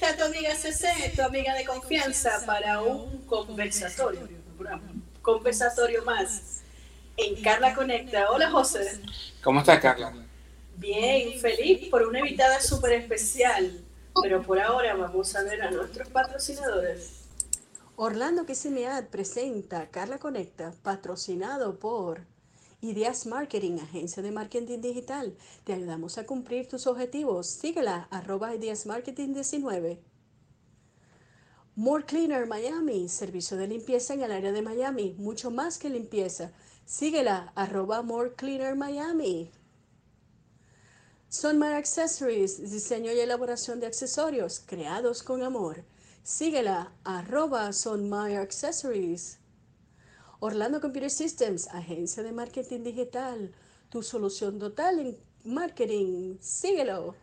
está tu amiga CC, tu amiga de confianza, para un conversatorio más en Carla Conecta. Hola, José. ¿Cómo está, Carla? Bien, feliz por una invitada súper especial, pero por ahora vamos a ver a nuestros patrocinadores. Orlando Kissimmee presenta Carla Conecta, patrocinado por Ideas Marketing, agencia de marketing digital. Te ayudamos a cumplir tus objetivos. Síguela, @ideasmarketing19. More Cleaner Miami, servicio de limpieza en el área de Miami, mucho más que limpieza. Síguela, @More Cleaner Miami. Sonmar Accessories, diseño y elaboración de accesorios creados con amor. Síguela, @Sonmar Accessories. Orlando Computer Systems, agencia de marketing digital, tu solución total en marketing. Síguelo.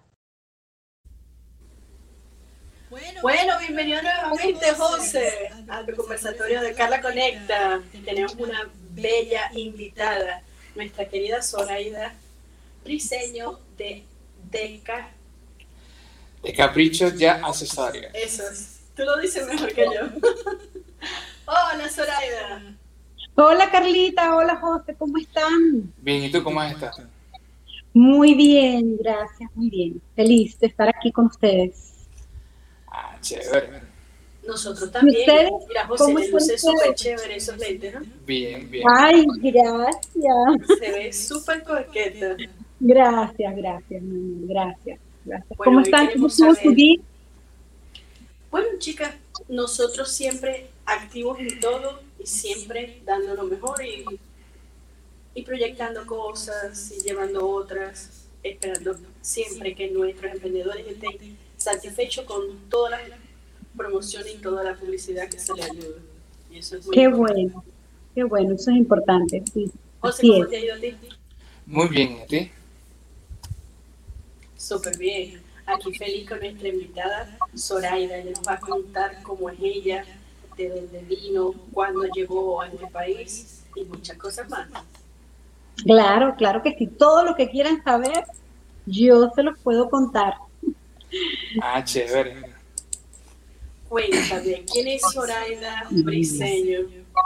Bueno, bienvenido nuevamente, José, a tu conversatorio de Carla Conecta. Tenemos una bella invitada, nuestra querida Zoraida Briceño de Capricho Ya Accesorios. Eso es. Tú lo dices mejor que yo. Hola, Zoraida. Hola, Carlita. Hola, José. ¿Cómo están? Bien, ¿y tú cómo has estado? Muy bien, gracias. Muy bien. Feliz de estar aquí con ustedes. Ah, chévere. Nosotros también. ¿Ustedes? Mira, José, le luce súper chévere esos lentes, ¿no? Bien, bien. Ay, gracias. Se ve súper coqueta. Gracias, mi amor, gracias. Bueno, ¿Cómo están? ¿Cómo estuvo su día? Bueno, chicas, nosotros siempre activos en todo y siempre dando lo mejor y proyectando cosas y llevando otras, esperando siempre que nuestros emprendedores estén satisfechos con toda la promoción y toda la publicidad que se les ayuda. Y eso es muy importante. Qué bueno, eso es importante. Sí. José, ¿cómo te ayuda a ti? Muy bien, ¿y a ti? Súper bien. Aquí feliz con nuestra invitada Zoraida. Ella nos va a contar cómo es ella, de dónde vino, cuándo llegó a este país y muchas cosas más. Claro que sí. Todo lo que quieran saber, yo se los puedo contar. Ah, chévere. Cuéntame, ¿quién es Zoraida Briceño?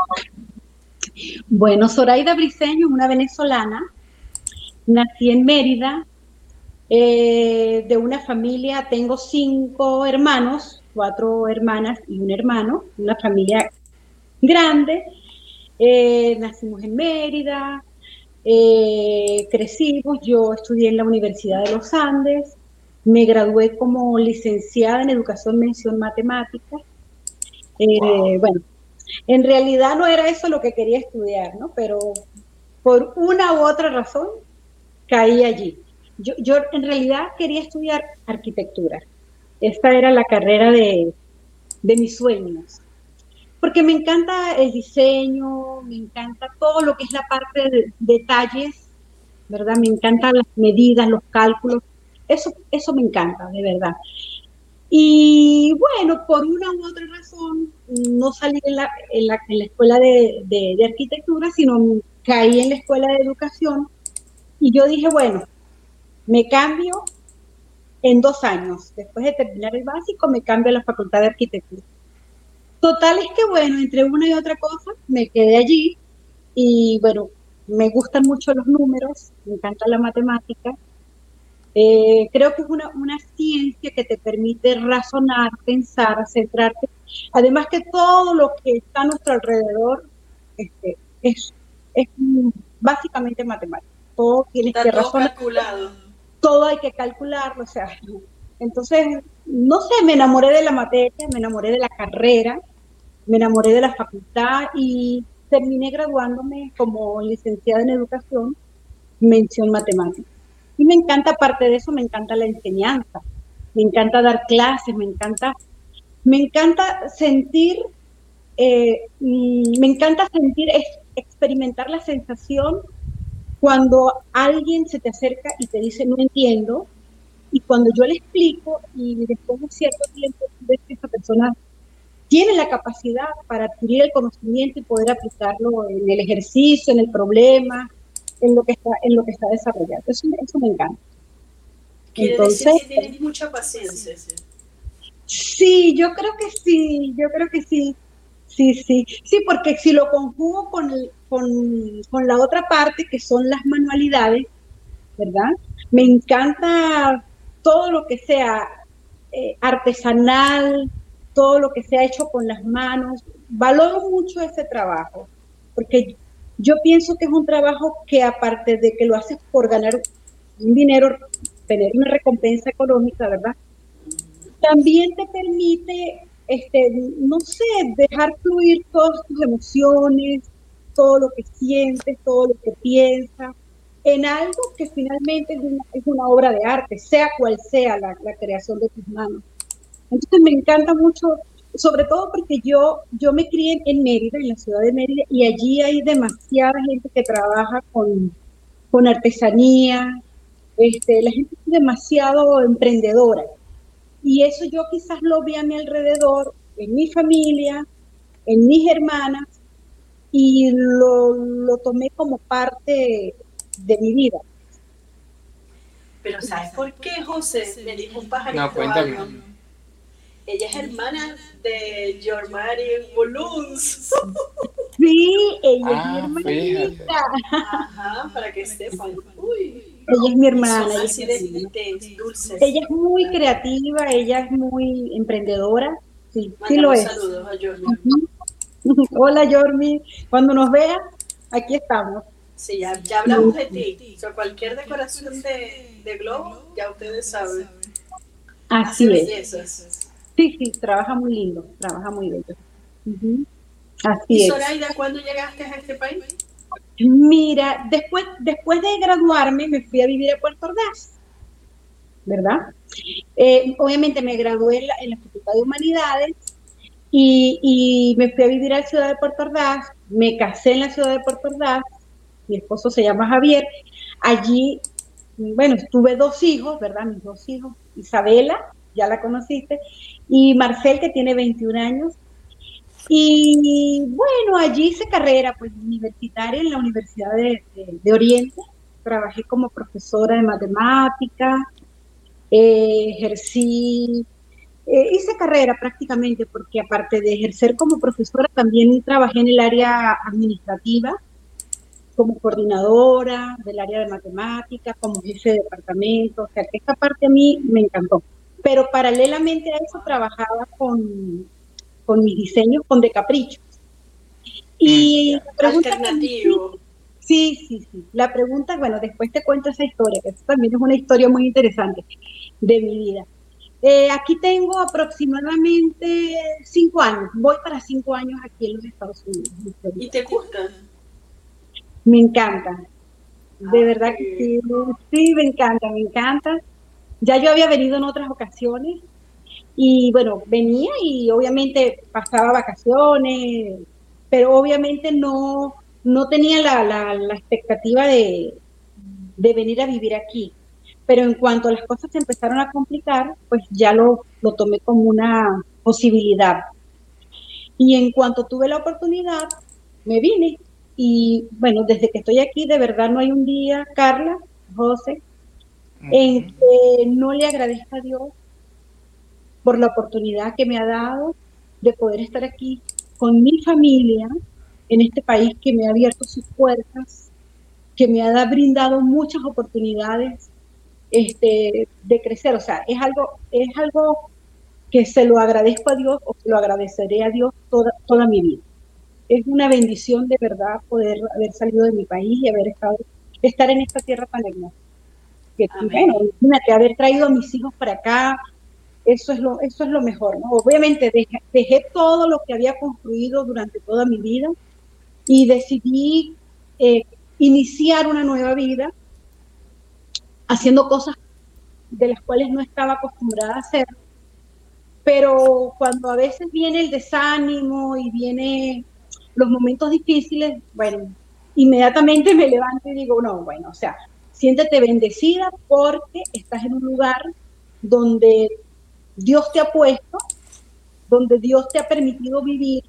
Bueno, Zoraida Briceño es una venezolana. Nací en Mérida, de una familia, tengo 5 hermanos, 4 hermanas y un hermano, una familia grande. Nacimos en Mérida, crecimos, yo estudié en la Universidad de los Andes, me gradué como licenciada en Educación, Mención, Matemáticas. Wow. Bueno, en realidad no era eso lo que quería estudiar, ¿no? Pero por una u otra razón caí allí. Yo en realidad quería estudiar arquitectura. Esta era la carrera de mis sueños. Porque me encanta el diseño, me encanta todo lo que es la parte de detalles, ¿verdad? Me encantan las medidas, los cálculos. Eso me encanta, de verdad. Y bueno, por una u otra razón, no salí en la escuela de arquitectura, sino caí en la escuela de educación. Y yo dije, bueno, me cambio en 2 años. Después de terminar el básico, me cambio a la Facultad de Arquitectura. Total es que, bueno, entre una y otra cosa, me quedé allí. Y bueno, me gustan mucho los números, me encanta la matemática. Creo que es una ciencia que te permite razonar, pensar, centrarte. Además que todo lo que está a nuestro alrededor es básicamente matemática. Todo tienes que razonar. Calculado. Todo hay que calcularlo, o sea, entonces, no sé, me enamoré de la materia, me enamoré de la carrera, me enamoré de la facultad y terminé graduándome como licenciada en educación, mención matemática. Y me encanta, aparte de eso, me encanta la enseñanza, me encanta dar clases, me encanta sentir, experimentar la sensación cuando alguien se te acerca y te dice no entiendo, y cuando yo le explico y después de cierto tiempo ves que esa persona tiene la capacidad para adquirir el conocimiento y poder aplicarlo en el ejercicio, en el problema, en lo que está desarrollando. Eso me encanta. Quiere Entonces, decir que tienes mucha paciencia. Sí, yo creo que sí, sí, porque si lo conjugo con la otra parte, que son las manualidades, ¿verdad? Me encanta todo lo que sea artesanal, todo lo que sea hecho con las manos. Valoro mucho ese trabajo, porque yo pienso que es un trabajo que aparte de que lo haces por ganar un dinero, tener una recompensa económica, ¿verdad? También te permite, no sé, dejar fluir todas tus emociones, todo lo que sientes, todo lo que piensas, en algo que finalmente es una obra de arte, sea cual sea la creación de tus manos. Entonces me encanta mucho, sobre todo porque yo me crié en Mérida, en la ciudad de Mérida, y allí hay demasiada gente que trabaja con artesanía, la gente es demasiado emprendedora. Y eso yo quizás lo vi a mi alrededor, en mi familia, en mis hermanas, y lo tomé como parte de mi vida. Pero ¿sabes por qué, José? Me dijo un pajarito. No, cuéntame. Algo. Ella es hermana de Jormari Boluns. Sí, ella es mi hermanita. Ajá, para que sepan. Uy. Ella es mi hermana. Son así de dulces. Ella es muy creativa, ella es muy emprendedora. Sí, sí lo es. Saludos a Jormi. Hola, Jormi. Cuando nos veas, aquí estamos. Sí, ya hablamos de ti. O sea, cualquier decoración de globo, ya ustedes saben. Así es. Bellezas. Sí, trabaja muy lindo, trabaja muy bello. Así ¿Y es. Zoraida, cuándo llegaste a este país? Mira, después de graduarme me fui a vivir a Puerto Ordaz, ¿verdad? Obviamente me gradué en la Facultad de Humanidades y me fui a vivir a la ciudad de Puerto Ordaz, me casé en la ciudad de Puerto Ordaz, mi esposo se llama Javier, allí, bueno, tuve 2 hijos, ¿verdad? Mis 2 hijos, Isabela, ya la conociste, y Marcel, que tiene 21 años. Y bueno, allí hice carrera pues universitaria en la Universidad de Oriente. Trabajé como profesora de matemáticas, ejercí, hice carrera prácticamente porque aparte de ejercer como profesora también trabajé en el área administrativa como coordinadora del área de matemáticas, como jefe de departamento, o sea que esta parte a mí me encantó. Pero paralelamente a eso trabajaba con mis diseños, con de capricho. Y la pregunta alternativo. Sí. La pregunta, bueno, después te cuento esa historia, que eso también es una historia muy interesante de mi vida. Aquí tengo aproximadamente 5 años, voy para 5 años aquí en los Estados Unidos. ¿Y te gusta? Me encanta, de verdad que sí, me encanta. Ya yo había venido en otras ocasiones y bueno, venía y obviamente pasaba vacaciones, pero obviamente no tenía la expectativa de venir a vivir aquí. Pero en cuanto las cosas se empezaron a complicar, pues ya lo tomé como una posibilidad. Y en cuanto tuve la oportunidad, me vine. Y bueno, desde que estoy aquí, de verdad no hay un día, Carla, José, en que no le agradezca a Dios por la oportunidad que me ha dado de poder estar aquí con mi familia en este país que me ha abierto sus puertas, que me ha brindado muchas oportunidades de crecer. O sea, es algo que se lo agradezco a Dios o se lo agradeceré a Dios toda mi vida. Es una bendición de verdad poder haber salido de mi país y estar en esta tierra tan hermosa. Que, bueno, imagínate, haber traído a mis hijos para acá, eso es lo mejor, ¿no? Obviamente dejé todo lo que había construido durante toda mi vida y decidí iniciar una nueva vida haciendo cosas de las cuales no estaba acostumbrada a hacer, pero cuando a veces viene el desánimo y vienen los momentos difíciles, bueno, inmediatamente me levanto y digo, no, bueno, o sea, siéntete bendecida porque estás en un lugar donde Dios te ha puesto, donde Dios te ha permitido vivir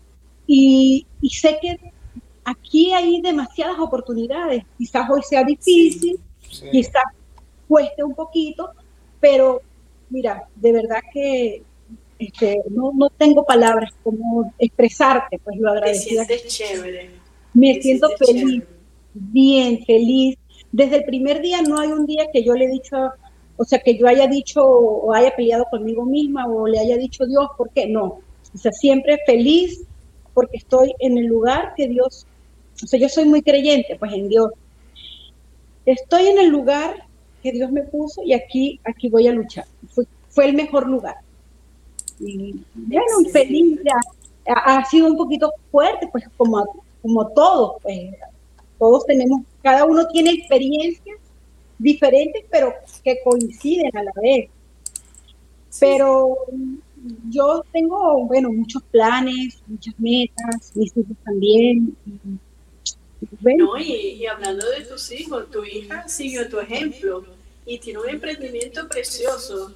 y sé que aquí hay demasiadas oportunidades. Quizás hoy sea difícil, quizás cueste un poquito, pero mira, de verdad que no tengo palabras como expresarte, pues lo agradecida. Te sientes chévere. Me siento feliz, bien feliz. Desde el primer día no hay un día que yo le he dicho, o sea, que yo haya dicho o haya peleado conmigo misma o le haya dicho Dios, ¿por qué? No. O sea, siempre feliz porque estoy en el lugar que Dios, o sea, yo soy muy creyente, pues en Dios. Estoy en el lugar que Dios me puso y aquí voy a luchar. Fue el mejor lugar. Y bueno, feliz, ha sido un poquito fuerte, pues como todos, pues todos tenemos, cada uno tiene experiencias diferentes, pero que coinciden a la vez. Sí. Pero yo tengo, bueno, muchos planes, muchas metas, mis hijos también. Bueno. No, y hablando de tus hijos, tu hija siguió tu ejemplo y tiene un emprendimiento precioso.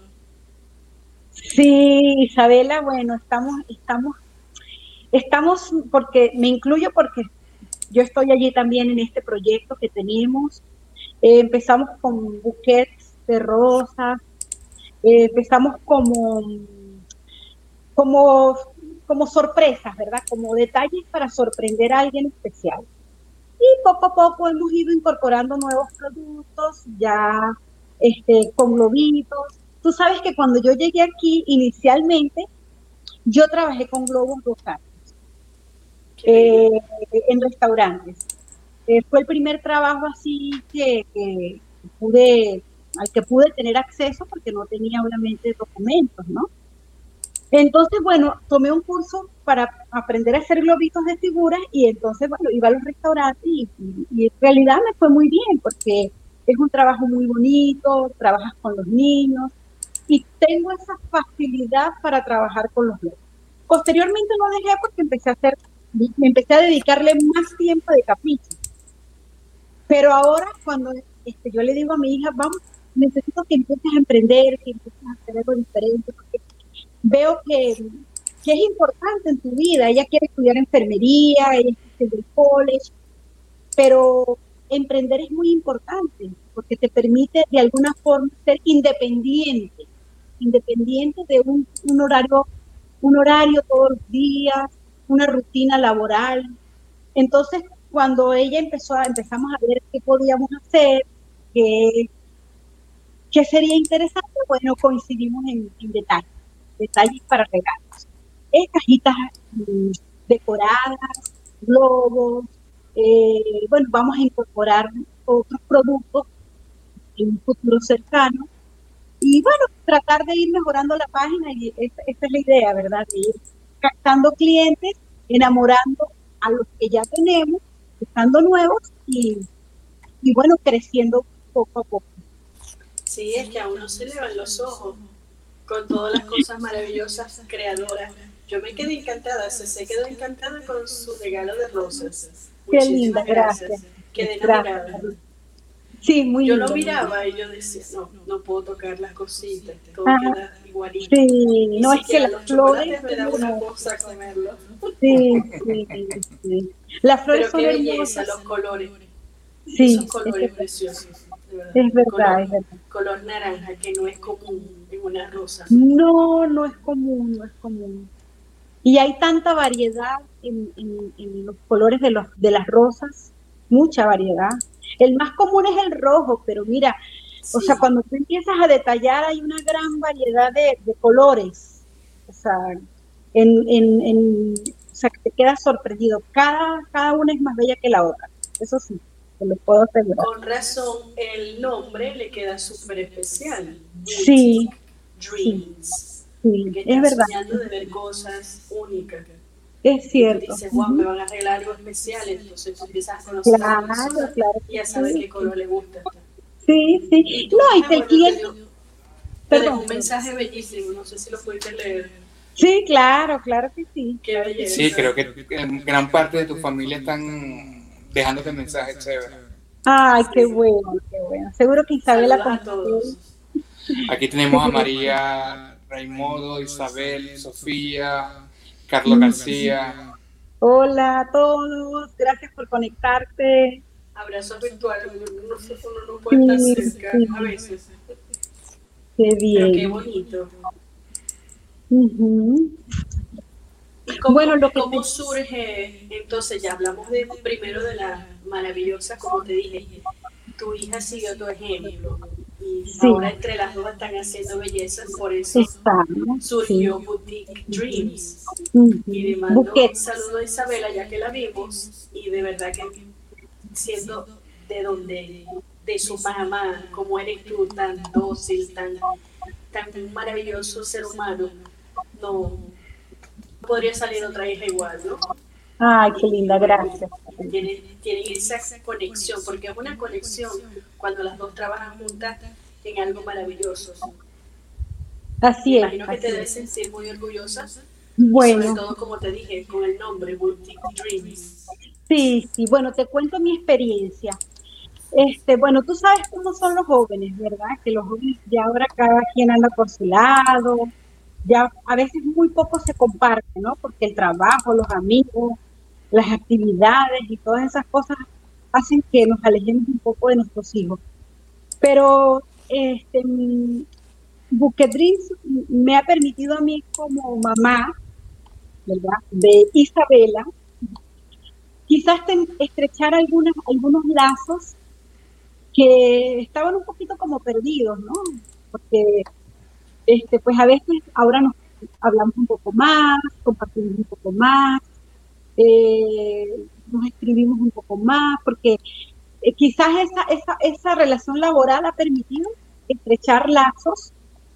Sí, Isabela, bueno, estamos, porque me incluyo porque yo estoy allí también en este proyecto que tenemos. Empezamos con buquets de rosas, empezamos como sorpresas, ¿verdad? Como detalles para sorprender a alguien especial. Y poco a poco hemos ido incorporando nuevos productos, ya con globitos. Tú sabes que cuando yo llegué aquí, inicialmente, yo trabajé con globos locales en restaurantes. Fue el primer trabajo así al que pude tener acceso porque no tenía obviamente documentos, ¿no? Entonces, bueno, tomé un curso para aprender a hacer globitos de figuras y entonces, bueno, iba a los restaurantes y en realidad me fue muy bien porque es un trabajo muy bonito, trabajas con los niños y tengo esa facilidad para trabajar con los niños. Posteriormente lo dejé porque me empecé a dedicarle más tiempo de capricho. Pero ahora cuando yo le digo a mi hija, vamos, necesito que empieces a emprender, que empieces a hacer algo diferente, porque veo que es importante en tu vida. Ella quiere estudiar enfermería, ella quiere el college, pero emprender es muy importante porque te permite de alguna forma ser independiente de un horario todos los días, una rutina laboral. Entonces, cuando ella empezamos a ver qué podíamos hacer, qué sería interesante, bueno, coincidimos en detalles para regalos. Cajitas decoradas, globos, bueno, vamos a incorporar otros productos en un futuro cercano. Y bueno, tratar de ir mejorando la página y esta es la idea, ¿verdad? De ir captando clientes, enamorando a los que ya tenemos, buscando nuevos y bueno, creciendo poco a poco. Sí, es que a uno se le van los ojos con todas las cosas maravillosas creadoras. Yo me quedé encantada, se quedó encantada con su regalo de rosas. Qué linda, gracias. Quedé enamorada. Sí, muy yo lindo. Lo miraba y yo decía, no puedo tocar las cositas, todo queda igualito. Sí, no es que las flores me da una cosa comerlo. Sí. Las flores pero qué belleza, los colores. Sí, esos colores preciosos. Es verdad. Color naranja, que no es común en una rosa. No es común. Y hay tanta variedad en los colores de las rosas, mucha variedad. El más común es el rojo, pero mira, sí. O sea, cuando tú empiezas a detallar hay una gran variedad de colores. O sea, o sea, que te quedas sorprendido. Cada una es más bella que la otra. Eso sí, te lo puedo asegurar. Con razón, el nombre le queda súper especial. Sí. Dreams. Sí, es verdad. Soñando de ver cosas únicas. Es cierto. Y tú dices, wow, me van a arreglar algo especial, entonces tú empiezas a conocer a la persona y a saber qué color le gusta. Sí. Y el cliente... Te dejo un mensaje bellísimo, no sé si lo pudiste leer. Sí, claro que sí. Qué belleza. Sí, creo que gran parte de tu familia están dejándote mensajes chéveres. Ay, qué bueno. Seguro que Isabela... Saludos a todos. Aquí tenemos a María, Raimundo, Isabel, Sofía, Carlos García. Hola a todos, gracias por conectarte. Abrazos virtuales, uno no puede estar cerca a veces. Qué bien. Pero qué bonito. Ujú. ¿Y cómo, Bueno, lo que cómo surge? Entonces ya hablamos de primero de la maravillosa, como te dije, tu hija siguió tu ejemplo y sí, ahora entre las dos están haciendo bellezas, por eso estamos, sí. surgió Boutique Dreams. Y Ujú. le mando un Buquet, saludo a Isabela, ya que la vimos, y de verdad que siendo de donde, de su mamá, como eres tú, tan dócil, tan maravilloso ser humano, no podría salir otra hija igual, ¿no? ay, qué Y linda, bueno, gracias. tienen esa conexión, porque es una conexión cuando las dos trabajan juntas en algo maravilloso. Me Así es, imagino que te así es. debes sentir muy orgullosa y sobre Bueno, todo, como te dije, con el nombre Boutique Dreams. sí, sí, bueno, te cuento mi experiencia. Bueno, tú sabes cómo son los jóvenes, ¿verdad? Que los jóvenes ya ahora cada quien anda por su lado, ya a veces muy poco se comparte, ¿no? Porque el trabajo, los amigos, las actividades y todas esas cosas hacen que nos alejemos un poco de nuestros hijos. Pero Bucket Dreams me ha permitido a mí como mamá, ¿verdad? De Isabela, quizás estrechar algunos lazos que estaban un poquito como perdidos, ¿no? Porque pues a veces ahora nos hablamos un poco más, compartimos un poco más, nos escribimos un poco más, porque quizás esa relación laboral ha permitido estrechar lazos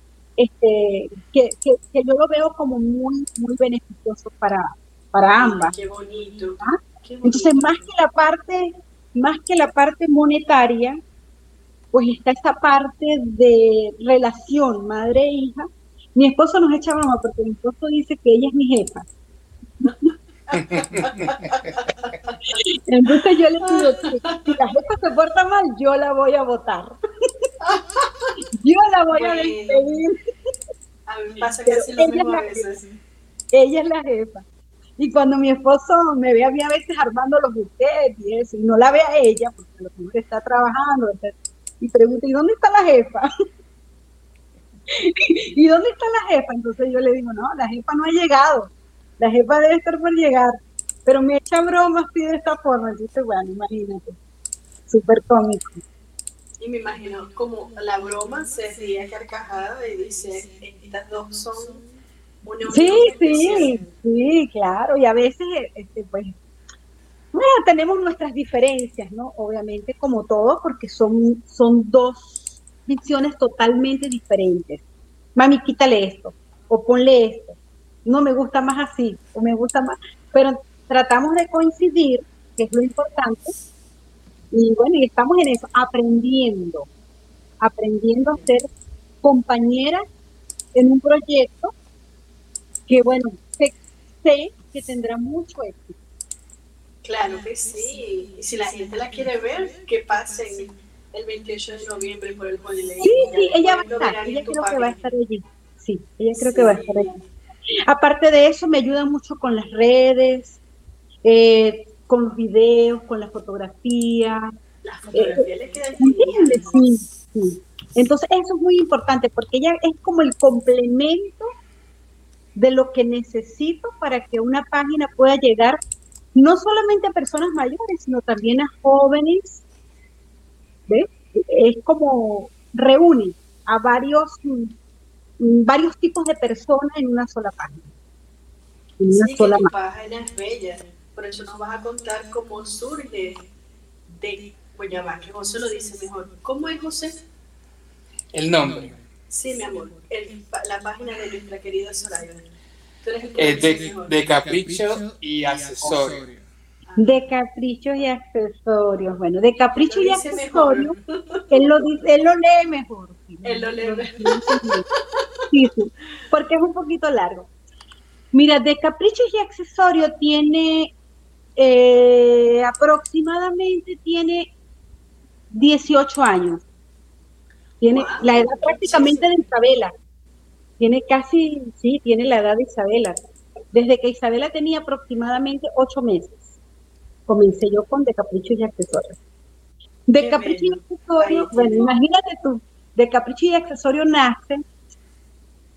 que yo lo veo como muy, muy beneficioso para Ay, ambas. qué bonito, ¿Ah? qué Entonces, bonito. más que la parte monetaria, pues está esa parte de relación madre-hija. Mi esposo nos echa broma porque mi esposo dice que ella es mi jefa. Entonces yo le digo que si la jefa se porta mal, yo la voy a votar. Yo la voy a Bueno, despedir, a mí me pasa pero casi lo mismo a veces. ella es la jefa. Y cuando mi esposo me ve a mí a veces armando los buquetes y eso, y no la ve a ella, porque a lo mejor está trabajando, y pregunta, ¿y dónde está la jefa? ¿Y dónde está la jefa? Entonces yo le digo, no, la jefa no ha llegado, la jefa debe estar por llegar, pero me echa bromas así de esta forma, entonces bueno, imagínate, súper cómico. Y me imagino como la broma se ríe a carcajada y dice, estas dos son una Sí, unión especial. sí, sí, claro, y a veces, pues, bueno, tenemos nuestras diferencias, ¿no? Obviamente, como todo, porque son dos visiones totalmente diferentes. Mami, quítale esto, o ponle esto. No me gusta más así, o me gusta más. Pero tratamos de coincidir, que es lo importante, y bueno, y estamos en eso, aprendiendo a ser compañeras en un proyecto que, bueno, sé que tendrá mucho éxito. Claro que sí. Y si la gente la quiere ver, que pasen el 28 de noviembre por el Holy Lake Sí, y ya sí, ella va después a lo estar, verán ella en tu creo que va a página. estar allí. Sí, ella creo que va a estar Sí, allí. Aparte de eso, me ayuda mucho con las redes, con los videos, con la fotografía. las Eh, fotografías le quedan ¿Entiendes? Sí, geniales. sí. Entonces, eso es muy importante porque ella es como el complemento de lo que necesito para que una página pueda llegar no solamente a personas mayores, sino también a jóvenes. ¿Ves? Es como reúne a varios tipos de personas en una sola página, en una Sí, que sola tu marca. página es bella. Por eso nos vas a contar cómo surge de, pues ya va, que José lo dice mejor. ¿Cómo es José? El nombre. Sí, mi amor, la página de nuestra querida Soraya. Tú eres el que lo Es dice mejor. de capricho y accesorio. De caprichos y accesorios. Bueno, de Él capricho lo y dice mejor. accesorios, él lo lee mejor. Sí, Él lo lee lo mejor. lee bien. Sí, sí, porque es un poquito largo. Mira, de caprichos y accesorios tiene aproximadamente tiene 18 años. Tiene la edad Wow, prácticamente muchísimo. de Isabela. Tiene casi, sí, tiene la edad de Isabela. Desde que Isabela tenía aproximadamente 8 meses, comencé yo con De Capricho y Accesorios. De Qué Capricho y bello. Accesorios, Ahí bueno, tiene. imagínate tú, De Capricho y Accesorios nace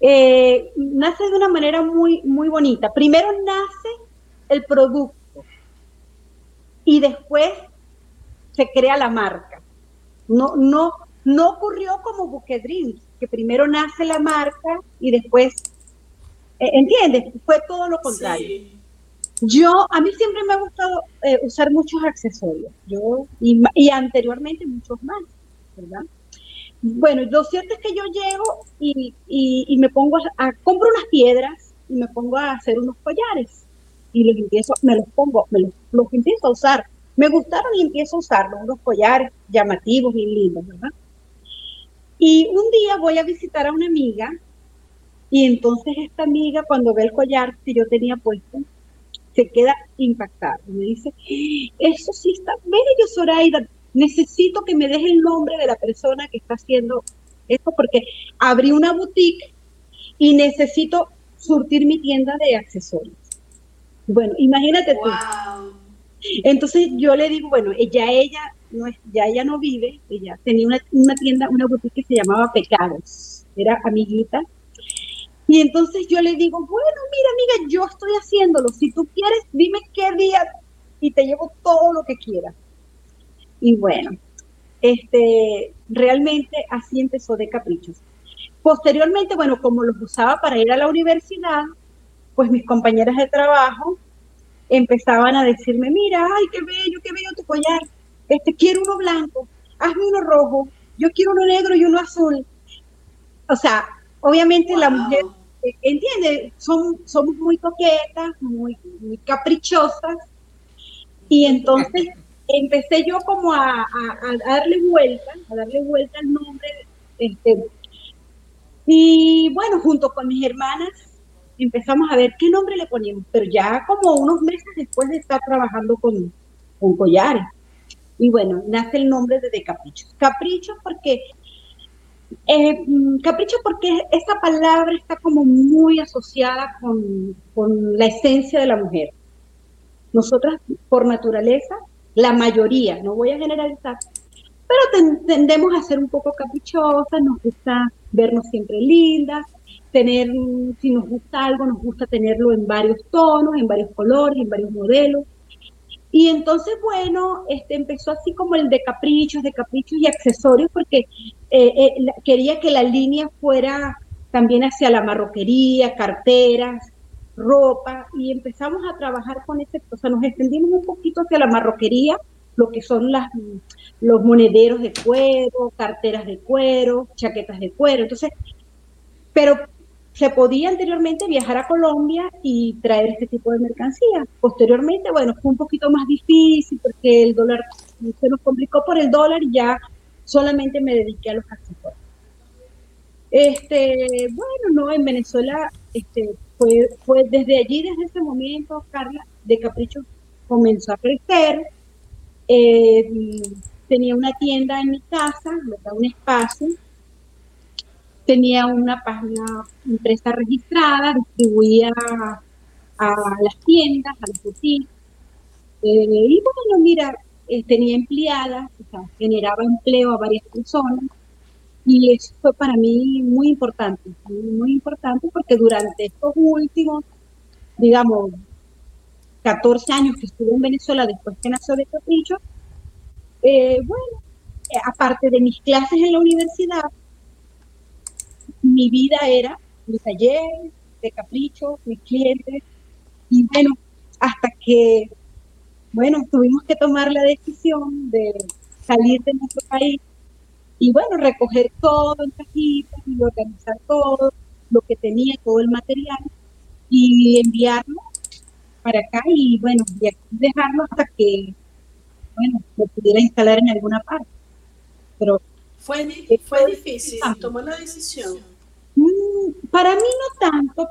Nace de una manera muy, muy bonita. Primero nace el producto y después se crea la marca. No ocurrió como Bouquet Dreams, que primero nace la marca y después, ¿entiendes? Fue todo lo contrario. Sí. A mí siempre me ha gustado usar muchos accesorios, y anteriormente muchos más, ¿verdad? Bueno, lo cierto es que yo llego y me pongo compro unas piedras y me pongo a hacer unos collares y me los pongo, los empiezo a usar. Me gustaron y empiezo a usarlos, unos collares llamativos y lindos, ¿verdad? Y un día voy a visitar a una amiga y entonces esta amiga cuando ve el collar que yo tenía puesto, se queda impactada. Y me dice, eso sí está bello, Zoraida, necesito que me des el nombre de la persona que está haciendo esto porque abrí una boutique y necesito surtir mi tienda de accesorios. Bueno, imagínate tú. Wow. Entonces yo le digo, bueno, ella no vive, ella tenía una tienda, una boutique que se llamaba Pecados, era amiguita. Y entonces yo le digo, bueno, mira, amiga, yo estoy haciéndolo. Si tú quieres, dime qué día y te llevo todo lo que quieras. Y bueno, realmente así empezó De Caprichos. Posteriormente, bueno, como los usaba para ir a la universidad, pues mis compañeras de trabajo empezaban a decirme, mira, ay, qué bello tu collar. Quiero uno blanco, hazme uno rojo, yo quiero uno negro y uno azul. O sea, obviamente la mujer, Wow. entiende, somos muy coquetas, muy, muy caprichosas, y entonces empecé yo como a darle vuelta al nombre, y bueno, junto con mis hermanas empezamos a ver qué nombre le poníamos, pero ya como unos meses después de estar trabajando con collares. Y bueno, nace el nombre de Caprichos. Capricho porque esa palabra está como muy asociada con la esencia de la mujer. Nosotras, por naturaleza, la mayoría, no voy a generalizar, pero tendemos a ser un poco caprichosas, nos gusta vernos siempre lindas, si nos gusta algo, nos gusta tenerlo en varios tonos, en varios colores, en varios modelos. Y entonces, bueno, empezó así como el de caprichos y accesorios, porque quería que la línea fuera también hacia la marroquería, carteras, ropa, y empezamos a trabajar con ese, o sea, nos extendimos un poquito hacia la marroquería, lo que son los monederos de cuero, carteras de cuero, chaquetas de cuero, entonces, pero se podía anteriormente viajar a Colombia y traer este tipo de mercancía. Posteriormente, bueno, fue un poquito más difícil porque el dólar se nos complicó por el dólar y ya solamente me dediqué a los accesorios. Bueno, no, en Venezuela fue desde allí, desde ese momento, Carla, De Capricho comenzó a crecer. Eh, Tenía una tienda en mi casa, un espacio, tenía una página empresa registrada, distribuía a las tiendas, a las boutiques, y bueno, mira, tenía empleadas, o sea, generaba empleo a varias personas, y eso fue para mí muy importante, porque durante estos últimos, digamos, 14 años que estuve en Venezuela después que nació De Capricho, bueno, aparte de mis clases en la universidad, mi vida era mi taller, De Capricho, mis clientes, y bueno, hasta que, bueno, tuvimos que tomar la decisión de salir de nuestro país y bueno, recoger todo en cajitas y organizar todo lo que tenía, todo el material y enviarlo para acá y bueno, y aquí dejarlo hasta que, bueno, me pudiera instalar en alguna parte. Pero Fue difícil tomar la decisión. Para mí no tanto,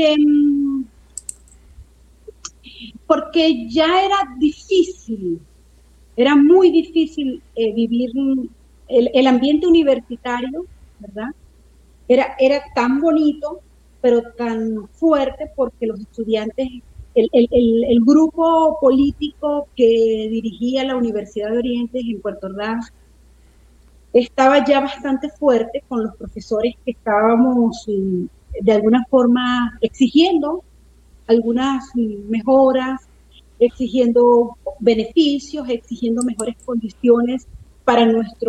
porque ya era difícil, era muy difícil vivir el ambiente universitario, ¿verdad? Era tan bonito, pero tan fuerte porque los estudiantes, el grupo político que dirigía la Universidad de Oriente en Puerto Ordaz estaba ya bastante fuerte con los profesores que estábamos de alguna forma exigiendo algunas mejoras, exigiendo beneficios, exigiendo mejores condiciones para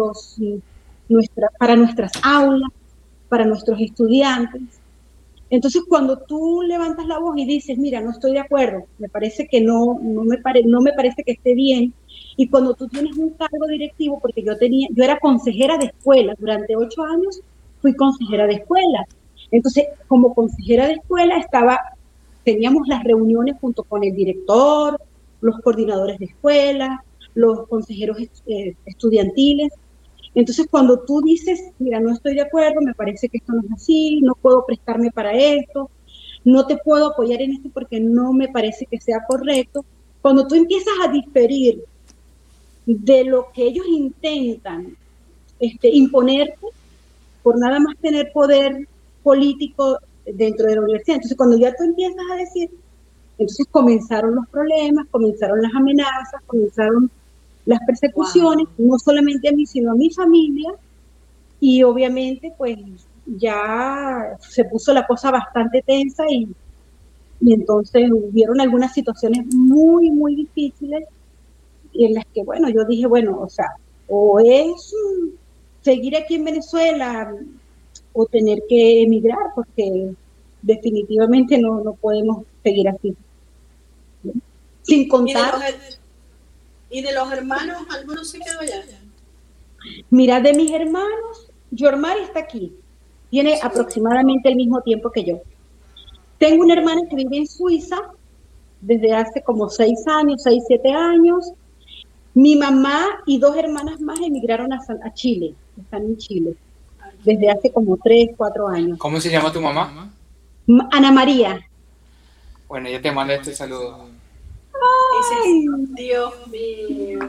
para nuestras aulas, para nuestros estudiantes. Entonces, cuando tú levantas la voz y dices, mira, no estoy de acuerdo, me parece que no me parece que esté bien, y cuando tú tienes un cargo directivo, porque yo era consejera de escuela, durante 8 años fui consejera de escuela. Entonces, como consejera de escuela teníamos las reuniones junto con el director, los coordinadores de escuela, los consejeros estudiantiles. Entonces, cuando tú dices, mira, no estoy de acuerdo, me parece que esto no es así, no puedo prestarme para esto, no te puedo apoyar en esto porque no me parece que sea correcto, cuando tú empiezas a diferir de lo que ellos intentan imponerte por nada más tener poder político dentro de la universidad, entonces cuando ya tú empiezas a decir, entonces comenzaron los problemas, comenzaron las amenazas, comenzaron las persecuciones, no solamente a mí, sino a mi familia, y obviamente pues ya se puso la cosa bastante tensa y entonces hubieron algunas situaciones muy, muy difíciles en las que, bueno, yo dije, bueno, o sea, o es seguir aquí en Venezuela o tener que emigrar, porque definitivamente no podemos seguir así. Sin contar... ¿Y de los hermanos, alguno se quedó allá? Mira, de mis hermanos, Yormari está aquí. Tiene aproximadamente el mismo tiempo que yo. Tengo una hermana que vive en Suiza desde hace como 6 años, 6, 7 años. Mi mamá y 2 hermanas más emigraron a Chile. Están en Chile desde hace como 3, 4 años. ¿Cómo se llama tu mamá? Ana María. Bueno, ella te manda este saludo. Ay, Dios mío.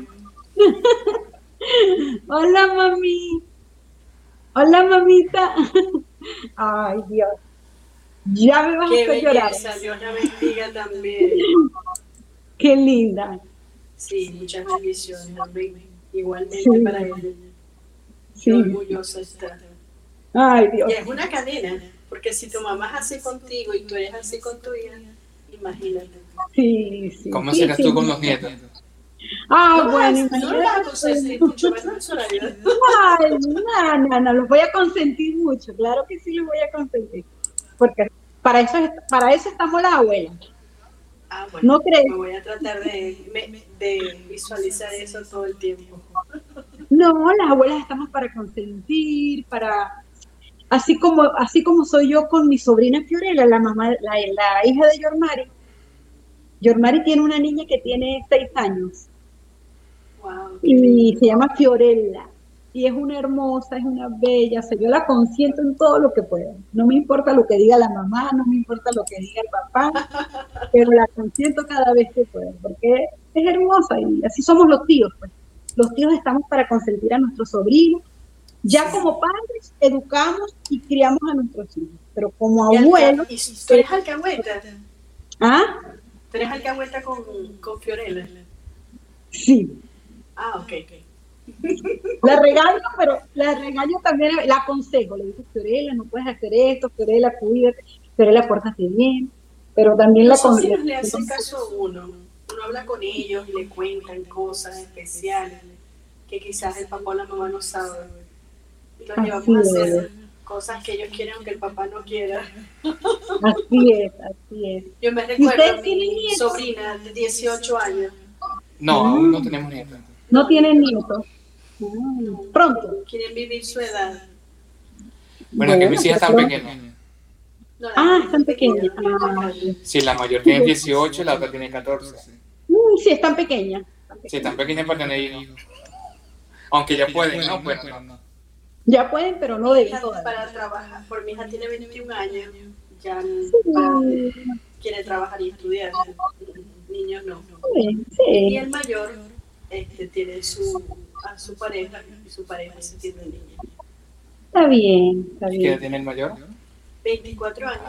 Hola, mami. Hola, mamita. Ay, Dios. Ya me vas a hacer llorar. Dios la bendiga también. Qué linda. Sí, muchas bendiciones. Igualmente para ella. Sí. Qué orgullosa está. Ay, Dios. Y es una cadena, porque si tu mamá es así contigo y tú eres así con tu hija, imagínate. Sí, sí. ¿Cómo serás tú con los nietos? Ah, No, bueno, no lo vas a consentir mucho, ¿verdad? Ay, no, los voy a consentir mucho, claro que sí los voy a consentir, porque para eso estamos las abuelas. Ah, bueno, ¿No crees? me voy a tratar de visualizar eso todo el tiempo. No, las abuelas estamos para consentir, así como soy yo con mi sobrina Fiorella, la mamá, la hija de Yormari. Yormari tiene una niña que tiene 6 años. Wow, Y se llama Fiorella. Y es una hermosa, es una bella, o sea, yo la consiento en todo lo que pueda. No me importa lo que diga la mamá, no me importa lo que diga el papá, pero la consiento cada vez que puedo, porque es hermosa y así somos los tíos, pues. Los tíos estamos para consentir a nuestros sobrinos. Ya como padres educamos y criamos a nuestros hijos, pero como abuelos... ¿Y tú eres alcahueta? ¿Ah? ¿Tú eres alcahueta con Fiorella? Sí. Ah, ok. La regaño también, la aconsejo, le digo, Fiorella, no puedes hacer esto, Fiorella, cuídate, Fiorella, pórtate bien, pero también los sobrinos le hacen caso a uno habla con ellos y le cuentan cosas especiales que quizás el papá o la mamá no saben, y los llevamos a hacer cosas que ellos quieren aunque el papá no quiera. Así es. Yo me recuerdo a mi sobrina de 18 años. No, aún no tenemos nietos. No tienen nietos. Pronto. Quieren vivir su edad. Bueno, que mis hijas están pequeñas. No, están pequeñas. Sí, la mayor tiene 18, la otra tiene 14. Sí, están pequeñas. Sí, están pequeñas para tener hijos. Aunque ya pueden, ¿no? Bueno, no. Ya pueden, pero no deben. Para trabajar. Por mi hija tiene 21 años. Ya quiere trabajar y estudiar. Niños no. Sí. Y el mayor tiene a su pareja y su pareja se tiene niña. Está bien. ¿Y qué edad tiene el mayor? 24 años.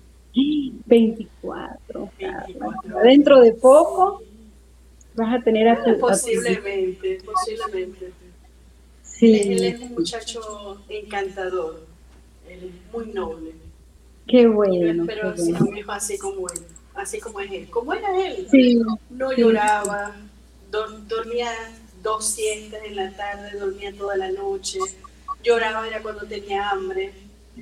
24. Dentro de poco vas a tener a tu... Posiblemente. Sí. Él es un muchacho encantador. Él es muy noble. Qué Y yo bueno, qué espero ser bueno. un hijo así como es él. Como era él, Sí, no sí. lloraba, dormía 2 siestas en la tarde, dormía toda la noche, lloraba era cuando tenía hambre,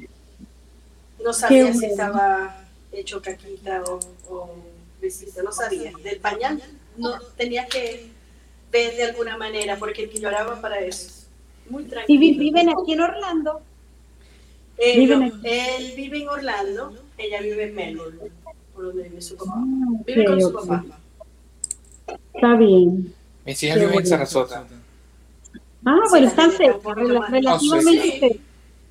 no Qué sabía si bueno. estaba hecho caquita o besito, no sabía. Del pañal no tenía que ver de alguna manera porque lloraba para eso. Muy ¿Y tranquilo. viven aquí en Orlando? No, Viven aquí. él vive en Orlando, ella vive en Melbourne, por donde vive su papá. Ah, ok, Vive con su ok. papá. Está bien. Mis hijas Qué viven en bueno. Sarasota. Ah, Sí, bueno, las están nenas están un cerca, poquito más. Oh, sí. relativamente Sí, cerca.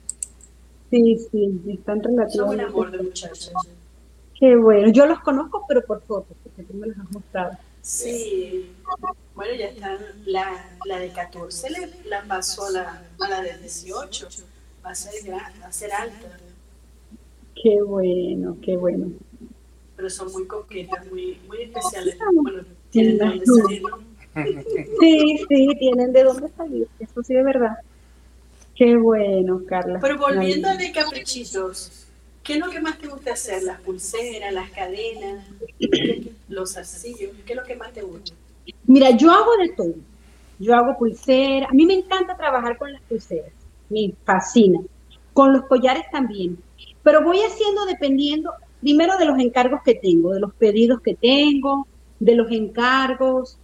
Sí, sí, están son un relativamente amor de cerca. muchachas. Qué bueno. Yo los conozco, pero por fotos, porque tú me los has mostrado. Sí, bueno, ya están, la de 14 la pasó a la de 18. Va a ser grande, va a ser alta, Qué bueno, qué bueno. pero son muy coquetas, muy, muy especiales. Ah, Bueno, me tienen de dónde imagino. salir, ¿no? Sí, sí, tienen de dónde salir. Eso sí es verdad. Qué bueno, Carla. Pero Me volviendo alegro. a de caprichitos, ¿qué es lo que más te gusta hacer? ¿Las pulseras, las cadenas, los zarcillos? ¿Qué es lo que más te gusta? Mira, yo hago de todo. Yo hago pulseras. A mí me encanta trabajar con las pulseras. Me fascina. Con los collares también. Pero voy haciendo dependiendo, primero de los encargos que tengo, de los pedidos que tengo, de los encargos.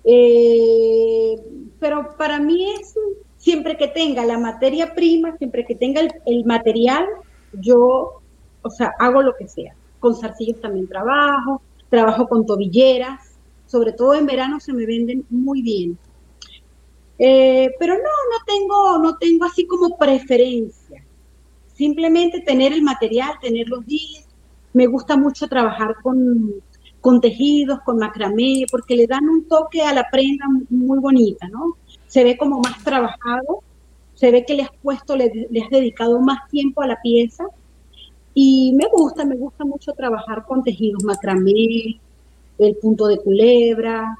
Eh, pero para mí es siempre que tenga la materia prima, siempre que tenga el material, yo, o sea, hago lo que sea. Con zarcillos también trabajo con tobilleras, sobre todo en verano se me venden muy bien. Pero no tengo así como preferencia. Simplemente tener el material, tener los días. Me gusta mucho trabajar con tejidos, con macramé, porque le dan un toque a la prenda muy bonita, ¿no? Se ve como más trabajado, se ve que le has dedicado más tiempo a la pieza y me gusta mucho trabajar con tejidos, macramé, el punto de culebra,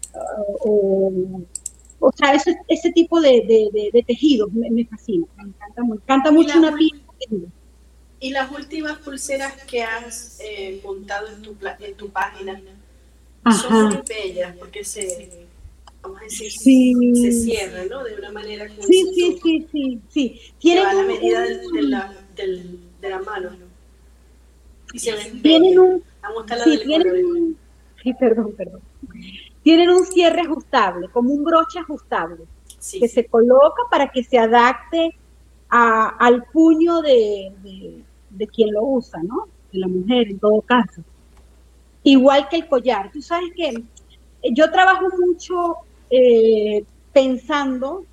o, o sea, ese tipo de tejidos me fascina, me encanta Y mucho las, una pieza tejida. y las últimas pulseras que has montado en tu página son Ajá, muy bellas porque vamos a decir, se sí, cierran, ¿no? De una manera, como sí, dices sí, tú, sí, sí, sí. que Tienen va a la medida de la mano y se ven tienen bellas. un, Vamos a mostrar la sí, del tienen colores. un, sí, perdón. Tienen un cierre ajustable, como un broche ajustable, Sí, que se coloca para que se adapte al puño de quien lo usa, ¿no? De la mujer, en todo caso. Igual que el collar. Tú sabes que yo trabajo mucho pensando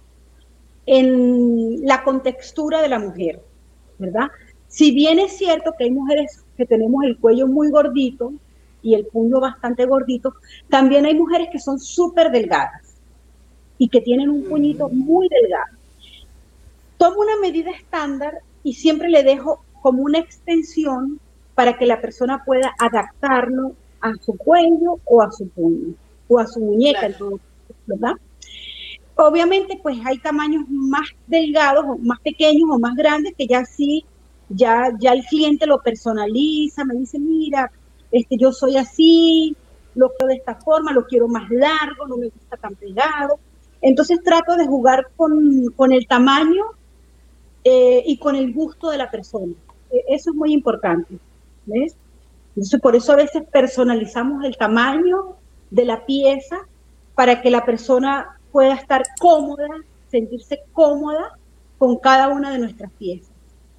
en la contextura de la mujer, ¿verdad? Si bien es cierto que hay mujeres que tenemos el cuello muy gordito y el puño bastante gordito, también hay mujeres que son súper delgadas y que tienen un puñito muy delgado. Tomo una medida estándar y siempre le dejo como una extensión para que la persona pueda adaptarlo a su cuello o a su puño o a su muñeca, claro. en todo, ¿verdad? Obviamente, pues hay tamaños más delgados o más pequeños o más grandes que ya sí, ya el cliente lo personaliza, me dice, mira, yo soy así, lo quiero de esta forma, lo quiero más largo, no me gusta tan pegado. Entonces trato de jugar con el tamaño y con el gusto de la persona. Eso es muy importante, ¿ves? Entonces, por eso a veces personalizamos el tamaño de la pieza para que la persona pueda estar cómoda, sentirse cómoda con cada una de nuestras piezas.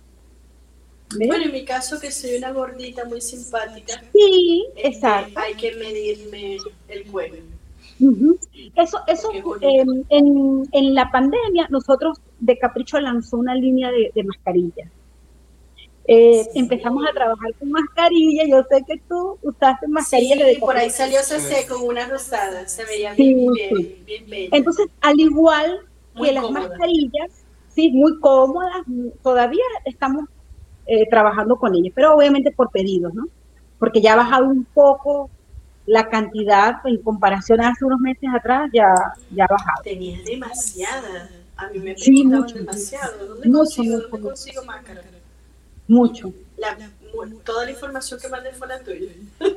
¿Ves? Bueno, en mi caso, que soy una gordita muy simpática, Sí, exacto. hay que medirme el cuello, Uh-huh. Eso porque es bonito. en la pandemia, nosotros de Capricho lanzó una línea de mascarillas. Empezamos a Sí. trabajar con mascarillas. Yo sé que tú usaste mascarillas de Sí, por ahí Capricho. salió CC con una rosada, se veía Sí, bien, sí. bien, bien bella, Entonces, al igual que muy las cómoda. mascarillas, sí, muy cómodas, todavía estamos trabajando con ellas, pero obviamente por pedidos, ¿no? Porque ya ha Ajá. bajado un poco la cantidad en comparación a hace unos meses atrás, ya ha bajado. Tenías demasiada. A mí me Sí, gustaban mucho, demasiado. ¿Dónde mucho, consigo? mucho, ¿Dónde mucho, consigo máscara? mucho. toda la información que mandé fue la tuya.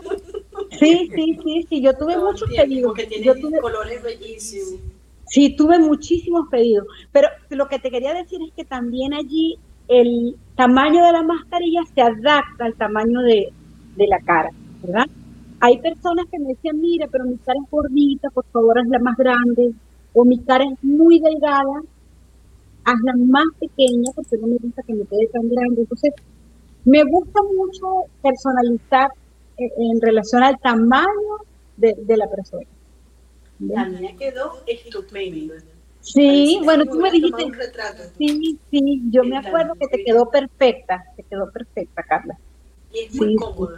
Sí, yo tuve Todo muchos el tiempo, pedidos. porque Yo tiene tuve, colores bellísimos. sí, tuve muchísimos pedidos, pero lo que te quería decir es que también allí el tamaño de la mascarilla se adapta al tamaño de la cara, ¿verdad? Hay personas que me decían, mira, pero mi cara es gordita, por favor hazla más grande, o mi cara es muy delgada, hazla más pequeña porque no me gusta que me quede tan grande. Entonces, me gusta mucho personalizar en relación al tamaño de la persona. La ¿Ves? mía quedó estupenda. Sí, Pareciera bueno, que me tú me hubieras tomado dijiste, un retrato. sí, yo me En acuerdo tan que bella. te quedó perfecta, Carla. Y es muy Sí, cómoda.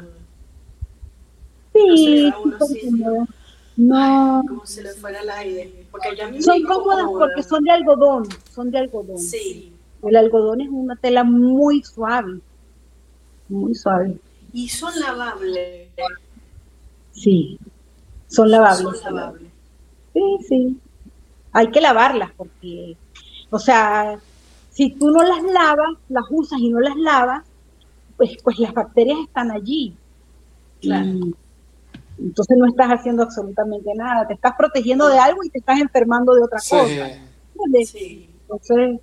No se le va sí, a sí, uno son así, cómodas. ay, No, como si le fuera al aire. Porque yo a mí me son cómodas porque incomoda. son de algodón, son de algodón. Sí. El algodón es una tela muy suave, muy suave. Y son lavables. Sí, son Son lavables, son lavables. lavables. Sí. Hay que lavarlas porque, o sea, si tú no las lavas, las usas y no las lavas, pues las bacterias están allí. Claro. Y entonces no estás haciendo absolutamente nada. Te estás protegiendo de No. algo y te estás enfermando de otra Sí. cosa. ¿Entiendes? Sí. Entonces,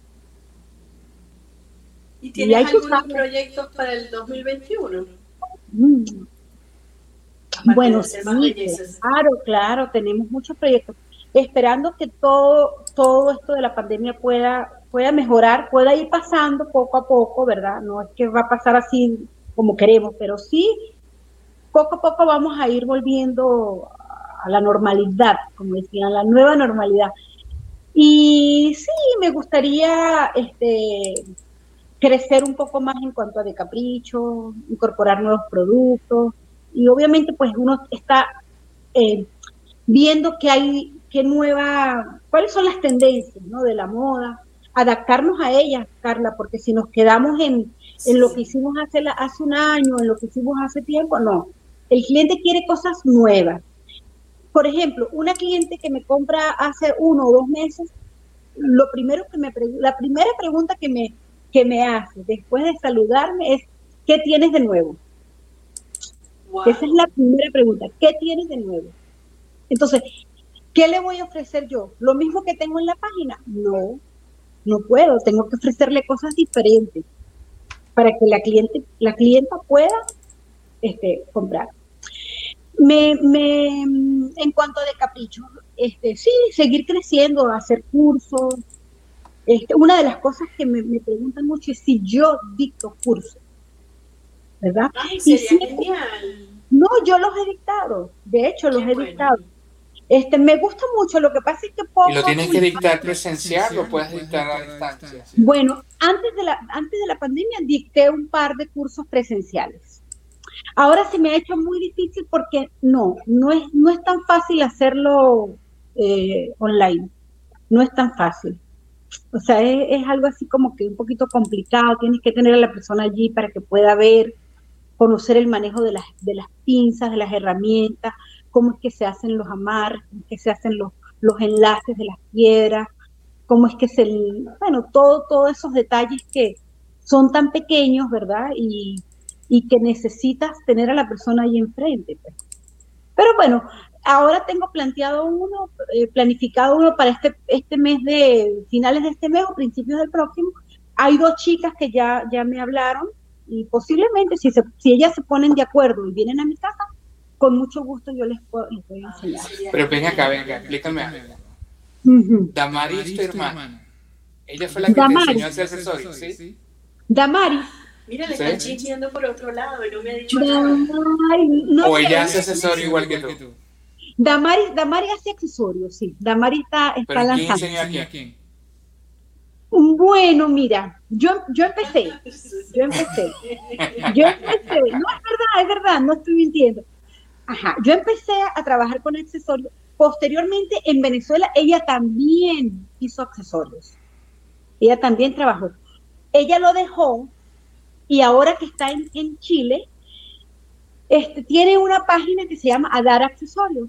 ¿Y y tienes hay que algunos usarlas. proyectos para el 2021? Mm. Aparte de Bueno, hacer más sí, bellezas. claro, tenemos muchos proyectos. Esperando que todo esto de la pandemia pueda mejorar, pueda ir pasando poco a poco, ¿verdad? No es que va a pasar así como queremos, pero sí, poco a poco vamos a ir volviendo a la normalidad, como decían, la nueva normalidad. Y sí, me gustaría crecer un poco más en cuanto a de capricho, incorporar nuevos productos y obviamente pues uno está eh, viendo cuáles son las tendencias, ¿no? De la moda, adaptarnos a ellas, Carla, porque si nos quedamos en lo que Sí. hicimos hace un año, en lo que hicimos hace tiempo, no. El cliente quiere cosas nuevas. Por ejemplo, una cliente que me compra hace 1 o 2 meses, la primera pregunta que me hace después de saludarme es, ¿qué tienes de nuevo? Wow. Esa es la primera pregunta, ¿qué tienes de nuevo? Entonces, ¿qué le voy a ofrecer yo? ¿Lo mismo que tengo en la página? No, no puedo, tengo que ofrecerle cosas diferentes para que la clienta pueda comprar. En cuanto a de caprichos, sí, seguir creciendo, hacer cursos. Una de las cosas que me preguntan mucho es si yo dicto cursos, ¿verdad? Ay, Y sería sí, genial. no, yo los he dictado, de hecho los Qué he bueno. dictado. Me gusta mucho, lo que pasa es que ¿Y lo poco, tienes que dictar presencial o puedes dictar a distancia? bueno, antes de la pandemia dicté un par de cursos presenciales. Ahora se me ha hecho muy difícil porque no es tan fácil hacerlo online, no es tan fácil. O sea, es algo así como que un poquito complicado, tienes que tener a la persona allí para que pueda ver, conocer el manejo de las pinzas, de las herramientas, cómo es que se hacen los amarres, cómo es que se hacen los enlaces de las piedras, cómo es que bueno, todos esos detalles que son tan pequeños, ¿verdad? Y que necesitas tener a la persona ahí enfrente, pues. Pero bueno, ahora tengo planificado uno para este mes finales de este mes o principios del próximo. Hay 2 chicas que ya me hablaron y posiblemente si ellas se ponen de acuerdo y vienen a mi casa, con mucho gusto yo les voy a Ay, enseñar. sería Pero ven acá, genial. explícame algo. Ujú. Damaris, tu hermana, ella fue la que te enseñó a Damaris, hacer accesorios, ¿sí? Damaris, Mira, le ¿Sí? está chismeando por otro lado y no me ha dicho nada. Damaris, no ¿O sé, ella hace accesorios igual que tú? Damaris hace accesorios, sí. Damaris está ¿Pero quién lanzando. enseñó a quién? Bueno, mira, yo empecé, no es verdad, no estoy mintiendo. Ajá, yo empecé a trabajar con accesorios. Posteriormente, en Venezuela, ella también hizo accesorios. Ella también trabajó. Ella lo dejó y ahora que está en Chile, tiene una página que se llama Adar Accesorios,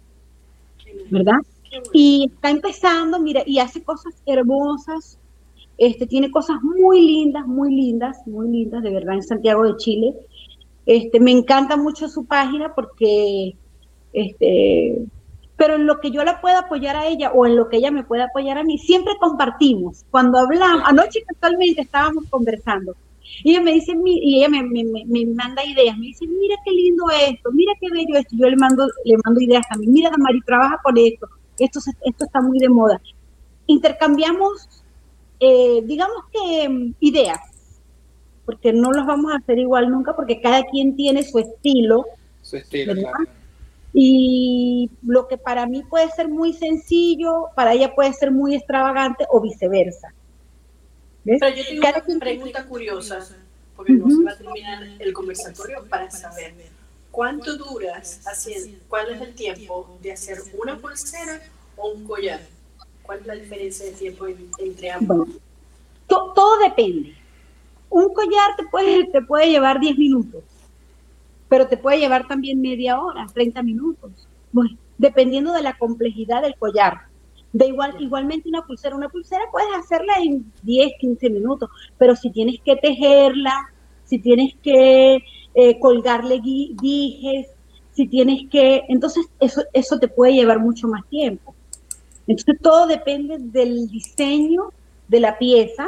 ¿verdad? Qué bueno. Y está empezando, mira, y hace cosas hermosas. Tiene cosas muy lindas, muy lindas, muy lindas, de verdad, en Santiago de Chile. Me encanta mucho su página porque, este, pero en lo que yo la pueda apoyar a ella o en lo que ella me pueda apoyar a mí, siempre compartimos. Cuando hablamos, Claro. anoche casualmente estábamos conversando y ella me dice, y ella me manda ideas, me dice, mira qué lindo esto, mira qué bello esto, yo le mando ideas también, mira Damari, trabaja con esto está muy de moda. Intercambiamos, digamos que ideas, porque no los vamos a hacer igual nunca, porque cada quien tiene su estilo, Su estilo, ¿verdad? claro. Y lo que para mí puede ser muy sencillo, para ella puede ser muy extravagante o viceversa. ¿Ves? Pero yo tengo Cada una quien... pregunta curiosa, porque no se va a terminar el conversatorio, para saber cuánto duras haciendo, cuál es el tiempo de hacer una pulsera o un collar. ¿Cuál es la diferencia de tiempo entre ambos? Bueno, todo depende. Un collar te puede llevar 10 minutos, pero te puede llevar también media hora, 30 minutos. Bueno, dependiendo de la complejidad del collar. Igualmente una pulsera puedes hacerla en 10, 15 minutos, pero si tienes que tejerla, si tienes que colgarle guijes, si tienes que, entonces eso te puede llevar mucho más tiempo. Entonces todo depende del diseño de la pieza.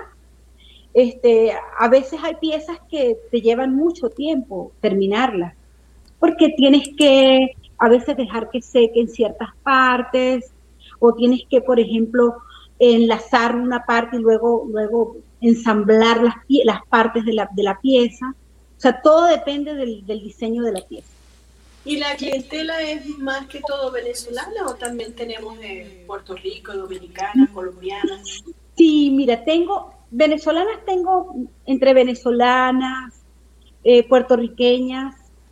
A veces hay piezas que te llevan mucho tiempo terminarlas, porque tienes que a veces dejar que sequen ciertas partes, o tienes que, por ejemplo, enlazar una parte y luego ensamblar las partes de la pieza. O sea, todo depende del diseño de la pieza. ¿Y la clientela es más que todo venezolana o también tenemos de Puerto Rico, dominicana, colombiana? Sí, mira, tengo entre venezolanas, puertorriqueñas,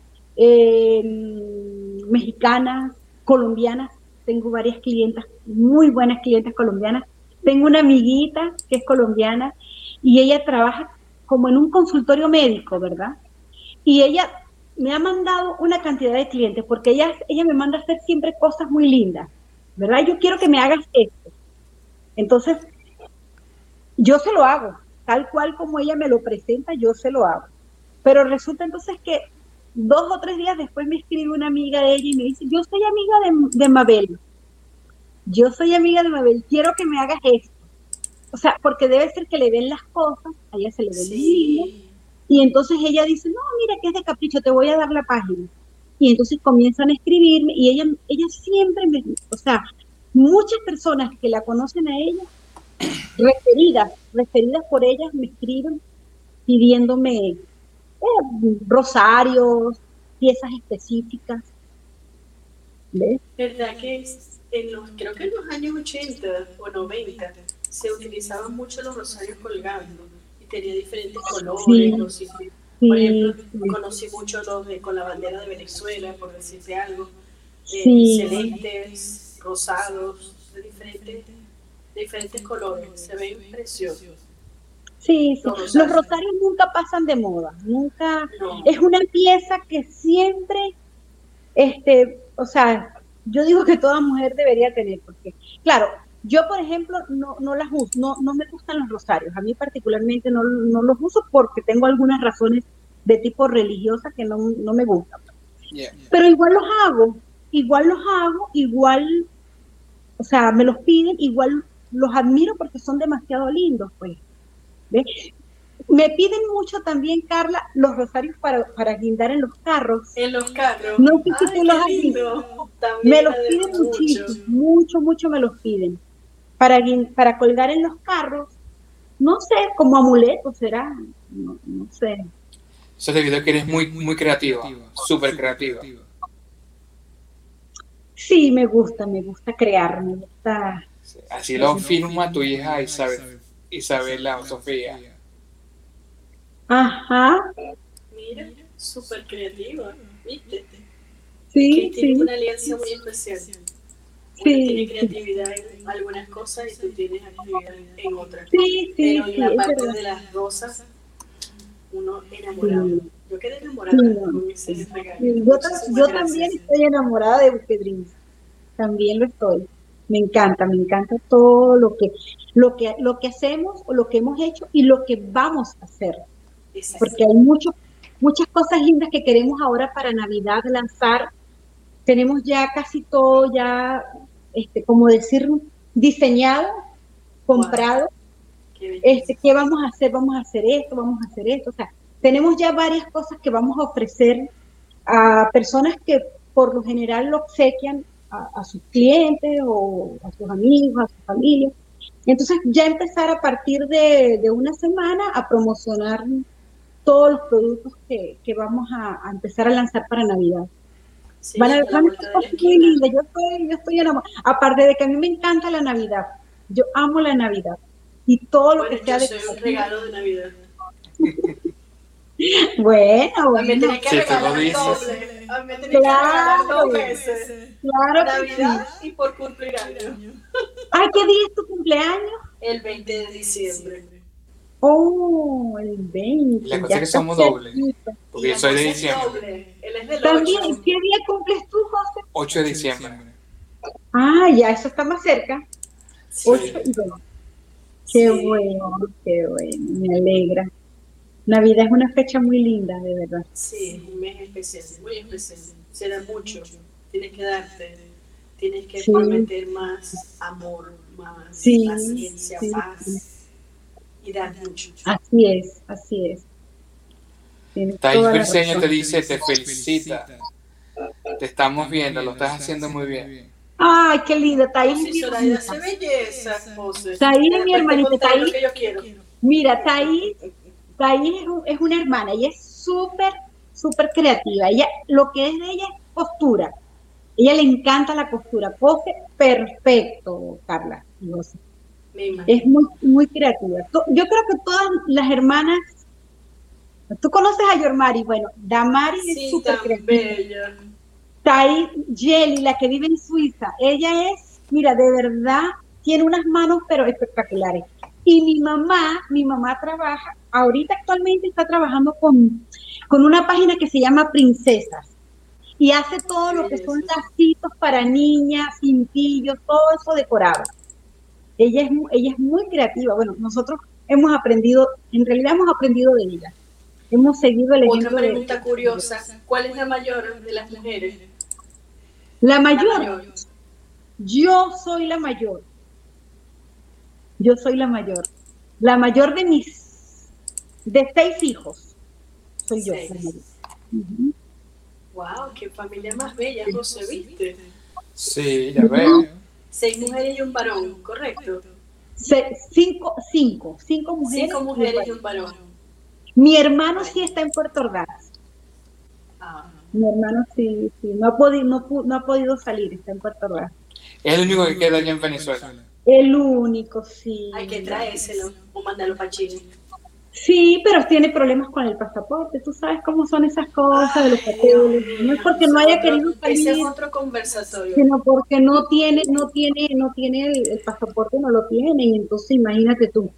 mexicanas, colombianas. Tengo varias clientas, muy buenas clientas colombianas. Tengo una amiguita que es colombiana y ella trabaja como en un consultorio médico, ¿verdad? Y ella me ha mandado una cantidad de clientes porque ella me manda a hacer siempre cosas muy lindas, ¿verdad? Yo quiero que me hagas esto. Entonces, yo se lo hago, tal cual como ella me lo presenta, yo se lo hago. Pero resulta entonces que 2 o 3 días después me escribe una amiga de ella y me dice, yo soy amiga de Mabel, quiero que me hagas esto. O sea, porque debe ser que le ven las cosas, a ella se le ven lindas, y entonces ella dice, no, mira que es de capricho, te voy a dar la página. Y entonces comienzan a escribirme, y ella siempre o sea, muchas personas que la conocen a ella, referidas por ellas, me escriben pidiéndome rosarios, piezas específicas. ¿Ves? ¿Verdad que creo que en los años 80 o 90 se utilizaban mucho los rosarios colgando y tenía diferentes colores? Sí, por ejemplo, sí. conocí mucho los con la bandera de Venezuela, por decirte algo, Sí. celestes, rosados, de diferentes colores, se ven preciosos. Sí, sí. Los rosarios nunca pasan de moda, nunca. No. Es una pieza que siempre, o sea, yo digo que toda mujer debería tener, porque, claro, yo, por ejemplo, no las uso, no me gustan los rosarios. A mí particularmente no los uso porque tengo algunas razones de tipo religiosa que no me gustan. Yeah. Pero igual o sea, me los piden, igual los admiro porque son demasiado lindos, pues. ¿Ves? Me piden mucho también, Carla, los rosarios para guindar en los carros. En los carros. No sé si tú los has visto. Me los piden muchísimo, mucho me los piden. Para colgar en los carros, no sé, como amuleto será, no sé. Eso es debido a que eres muy, muy creativa, súper creativa. Sí, me gusta crear, me gusta. Así lo firma tu hija Isabela o Sofía. Ajá. Mira, súper creativa, ¿viste? Sí, que tiene una alianza muy especial. Uno tiene creatividad en algunas cosas y tú tienes actividad en otras. Pero en la parte de las rosas, uno enamorado. Yo quedé enamorada con ese regalo. Yo también estoy enamorada de Buquedrín. También lo estoy. Me encanta todo lo que hacemos o lo que hemos hecho y lo que vamos a hacer. Exacto. Porque hay muchas cosas lindas que queremos ahora para Navidad lanzar. Tenemos ya casi todo ya, como decir, diseñado, comprado. Wow, qué belleza. ¿Qué vamos a hacer? Vamos a hacer esto, vamos a hacer esto. O sea, tenemos ya varias cosas que vamos a ofrecer a personas que por lo general lo obsequian a sus clientes o a sus amigos, a su familia. Entonces ya empezar a partir de una semana a promocionar todos los productos que vamos a empezar a lanzar para Navidad. Sí, Van a a la van a vuelta ser de la cosas muy esquina. lindas. Yo estoy enamorada. Aparte de que a mí me encanta la Navidad. Yo amo la Navidad. Y todo lo que Bueno, sea yo soy un decorativo. regalo de Navidad. Bueno, A mí me bueno. tenés que Si tú lo regalar dices. doble. A mí me tenés que regalar Claro, 2 veces. claro que sí. Navidad y por cumplir años. Ay, ¿qué día es tu cumpleaños? El 20 de diciembre. Oh, el Y 20, la cosa ya es que está somos dobles, cerquita. porque Y yo la soy de cosa es diciembre, doble. Él es del También, 8. ¿qué día cumples tú, José? 8 de diciembre. Ah, ya, eso está más cerca. Sí, 8 y 2. sí, Qué bueno, me alegra. Navidad es una fecha muy linda, de verdad. sí, un mes especial, muy especial. Será mucho. Tienes que darte, tienes que Sí, prometer más amor, más sí, paciencia, sí, sí. paz y dar mucho. Así es, así es. Tienes Thais toda la Briseño te razón. dice, te felicita, te estamos viendo, lo estás haciendo muy bien. Ay, qué linda, No, Thaís es si mi Zoraida hermanita. hace belleza, José. Thaís Que es mi después te hermanita, contaré lo Thaís. que yo quiero. Mira, Thaís es una hermana, ella es súper, súper creativa. Ella, lo que es de ella es costura. Ella le encanta la costura, cose perfecto, Carla. No sé. Me Es imagino. muy, muy creativa. Yo creo que todas las hermanas, tú conoces a Yormari, bueno, Damari es Sí, súper tan creativa. bella. Tai Jelly, la que vive en Suiza, ella es, mira, de verdad, tiene unas manos pero espectaculares. Y mi mamá trabaja, ahorita actualmente está trabajando con una página que se llama Princesas y hace todo Qué lo que son belleza. lacitos para niñas, cintillos, todo eso decorado. Ella es muy creativa. Bueno, nosotros hemos aprendido, en realidad hemos aprendido de ella. Hemos seguido el Otra ejemplo de pregunta curiosa. ¿Cuál es la mayor de las mujeres? la La mayor. mayor. Yo soy la mayor. Yo soy la mayor. La mayor de 6 hijos. Soy yo, la 6. mayor. Ujú. Wow, qué familia más bella, José, ¿viste? Sí, ya veo. 6 mujeres y un varón, ¿correcto? Cinco mujeres 5 y un mujeres y varón. un varón. Mi hermano Ay, sí está en Puerto Ordaz. ah, Mi hermano sí, no ha podido salir, está en Puerto Ordaz. Es el único que queda allá en Venezuela. El único, hay que sí. traérselo o mandarlo para Chile. Sí, pero tiene problemas con el pasaporte. Tú sabes cómo son esas cosas de los Ay, Dios papeles. No es mío, porque no haya querido ese es salir, otro conversatorio. sino porque no tiene el pasaporte, no lo tiene. Y entonces imagínate tú,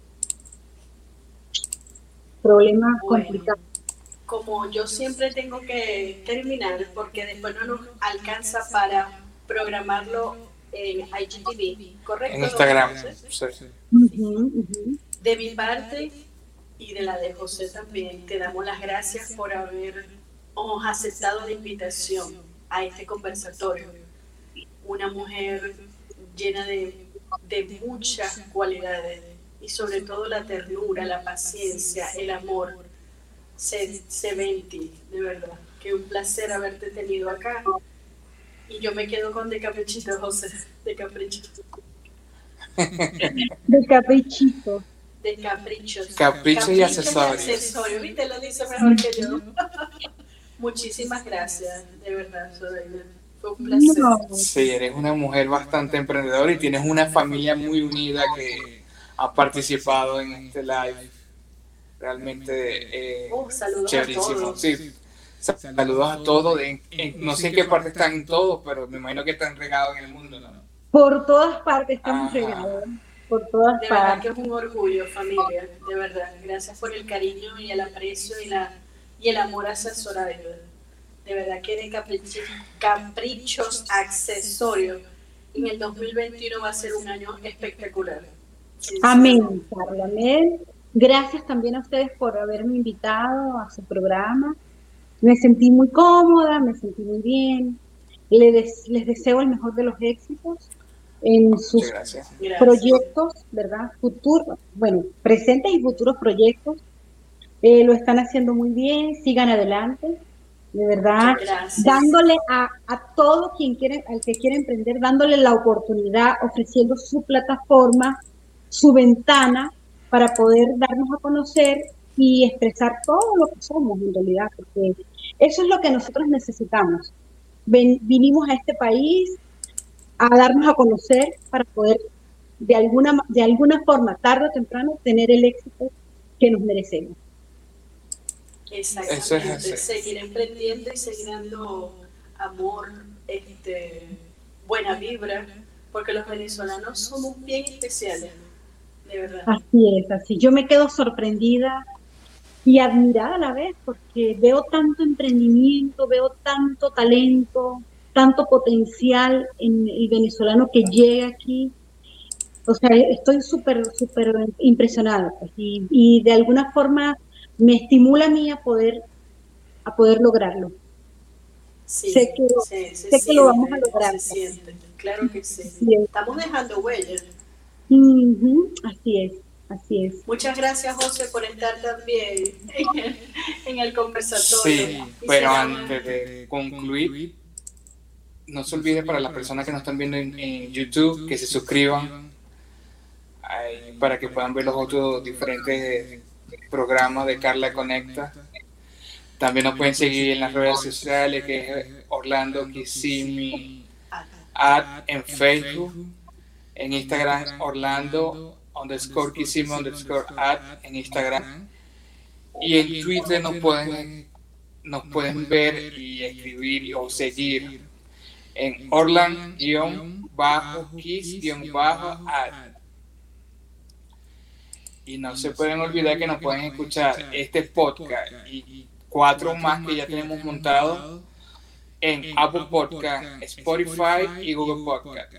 problemas Bueno, complicados. como yo siempre tengo que terminar porque después no nos alcanza para programarlo en IGTV, ¿correcto? En Instagram. José? Sí. Ujú, ujú. De mi parte y de la de José también, te damos las gracias por habernos aceptado la invitación a este conversatorio. Una mujer llena de muchas cualidades y sobre todo la ternura, la paciencia, el amor. Se ve en ti, de verdad. Qué un placer haberte tenido acá. Y yo me quedo con de caprichito, José, de capricho. De caprichito. De caprichos. Capricho y accesorios. Accesorios. ¿Viste? Lo dice mejor que yo. Muchísimas gracias, de verdad, Zoraida. Fue un placer. No, Sí, eres una mujer bastante emprendedora y tienes una familia muy unida que ha participado en este live. Realmente Saludos a chéverísimo. todos. Sí, saludos a todos. No sé en qué parte están todos, pero me imagino que están regados en el mundo, ¿no? por todas partes estamos Ajá. regados. Por todas De verdad que partes. es un orgullo, familia, de verdad. Gracias por el cariño y el aprecio y el amor hacia Zoraida. De verdad que de caprichos accesorios en el 2021 va a ser un año espectacular. Amén, Carla, amén. Gracias también a ustedes por haberme invitado a su programa. Me sentí muy cómoda, me sentí muy bien. Les deseo el mejor de los éxitos en Muchas sus gracias. proyectos, ¿verdad? Futuros, bueno, presentes y futuros proyectos. Lo están haciendo muy bien, sigan adelante, de verdad, dándole a todo quien quiere, al que quiere emprender, dándole la oportunidad, ofreciendo su plataforma, su ventana para poder darnos a conocer y expresar todo lo que somos en realidad, porque eso es lo que nosotros necesitamos. Vinimos a este país a darnos a conocer para poder de alguna forma, tarde o temprano, tener el éxito que nos merecemos. Exactamente, eso es así. seguir emprendiendo y seguir dando amor, buena vibra, porque los venezolanos somos bien especiales, de verdad. Así es, así. Yo me quedo sorprendida y admirada a la vez porque veo tanto emprendimiento, veo tanto talento, tanto potencial en el venezolano que llega aquí. O sea, estoy súper impresionada, pues, y de alguna forma me estimula a mí a poder lograrlo. Sí, Sé que, se sé que lo vamos a siente, lograr. se siente, claro que sí. Así es. Estamos dejando huellas. Así es, así es. Muchas gracias, José, por estar también en el conversatorio. Sí, pero antes de concluir, no se olvide para las personas que nos están viendo en YouTube que se suscriban ahí, para que puedan ver los otros diferentes programas de Carla Conecta. También nos pueden seguir en las redes sociales, que es Orlando Kissimmee en Facebook, en Instagram Orlando_Kissimmee_ en Instagram, y en Twitter nos pueden ver y escribir o seguir en Orland_Kiss_ad. Y no se pueden olvidar que nos pueden escuchar este podcast y 4 más que ya tenemos montados en Apple Podcast, Spotify y Google Podcast.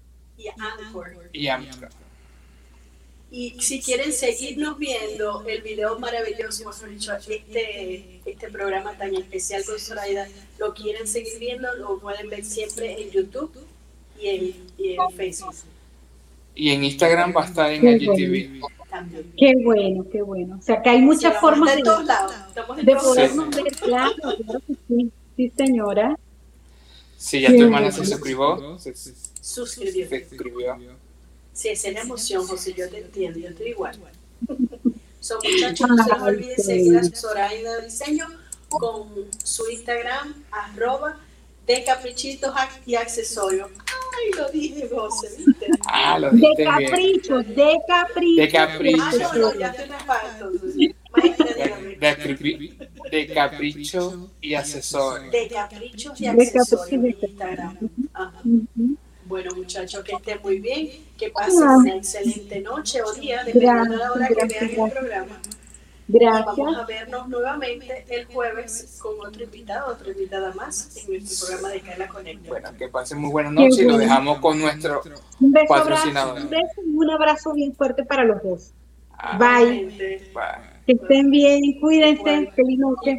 Y Anchor. Y si quieren seguirnos viendo el video maravilloso, mejor dicho, este programa tan especial con Zoraida, lo quieren seguir viendo, lo pueden ver siempre en YouTube y en Facebook. Y en Instagram va a estar en el IGTV. También. Qué bueno, qué bueno. O sea, que hay muchas formas de podernos ver, claro que sí, sí, señora. Sí, ya tu hermana se suscribió. Suscribió. Sí, esa es la emoción, José, yo te entiendo, yo estoy igual. Son muchachos, no se les olvide seguir a Zoraida Diseño con su Instagram, @de caprichitos y accesorios. Ay, lo dije, José, ¿viste? Lo dijiste de caprichos, bien. De caprichos. No, ya te me falto. De capricho y accesorios. De caprichos y accesorios en Instagram. Ajá. Bueno, muchachos, que estén muy bien, que pasen una excelente noche o día, dependiendo de la hora que vean el programa. Gracias. Y vamos a vernos nuevamente el jueves con otro invitado, otra invitada más en nuestro programa de Carla Conecta. Bueno, que pasen muy buenas noches y lo dejamos con nuestro patrocinador. Un beso y un abrazo bien fuerte para los dos. Bye. Que estén bien, cuídense. Feliz noche.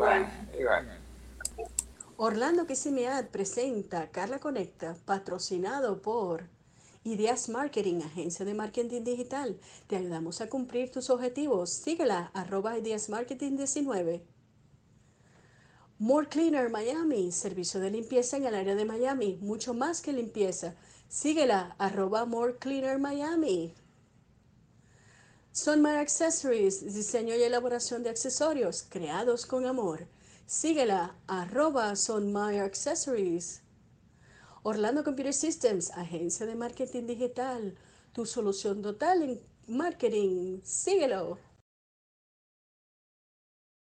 Orlando Kissimmee presenta Carla Conecta, patrocinado por Ideas Marketing, agencia de marketing digital. Te ayudamos a cumplir tus objetivos. Síguela, @ideasmarketing19. More Cleaner Miami, servicio de limpieza en el área de Miami, mucho más que limpieza. Síguela, @More Cleaner Miami. Sonmar Accessories, diseño y elaboración de accesorios creados con amor. Síguela, @Sonmar Accessories. Orlando Computer Systems, agencia de marketing digital, tu solución total en marketing. Síguelo.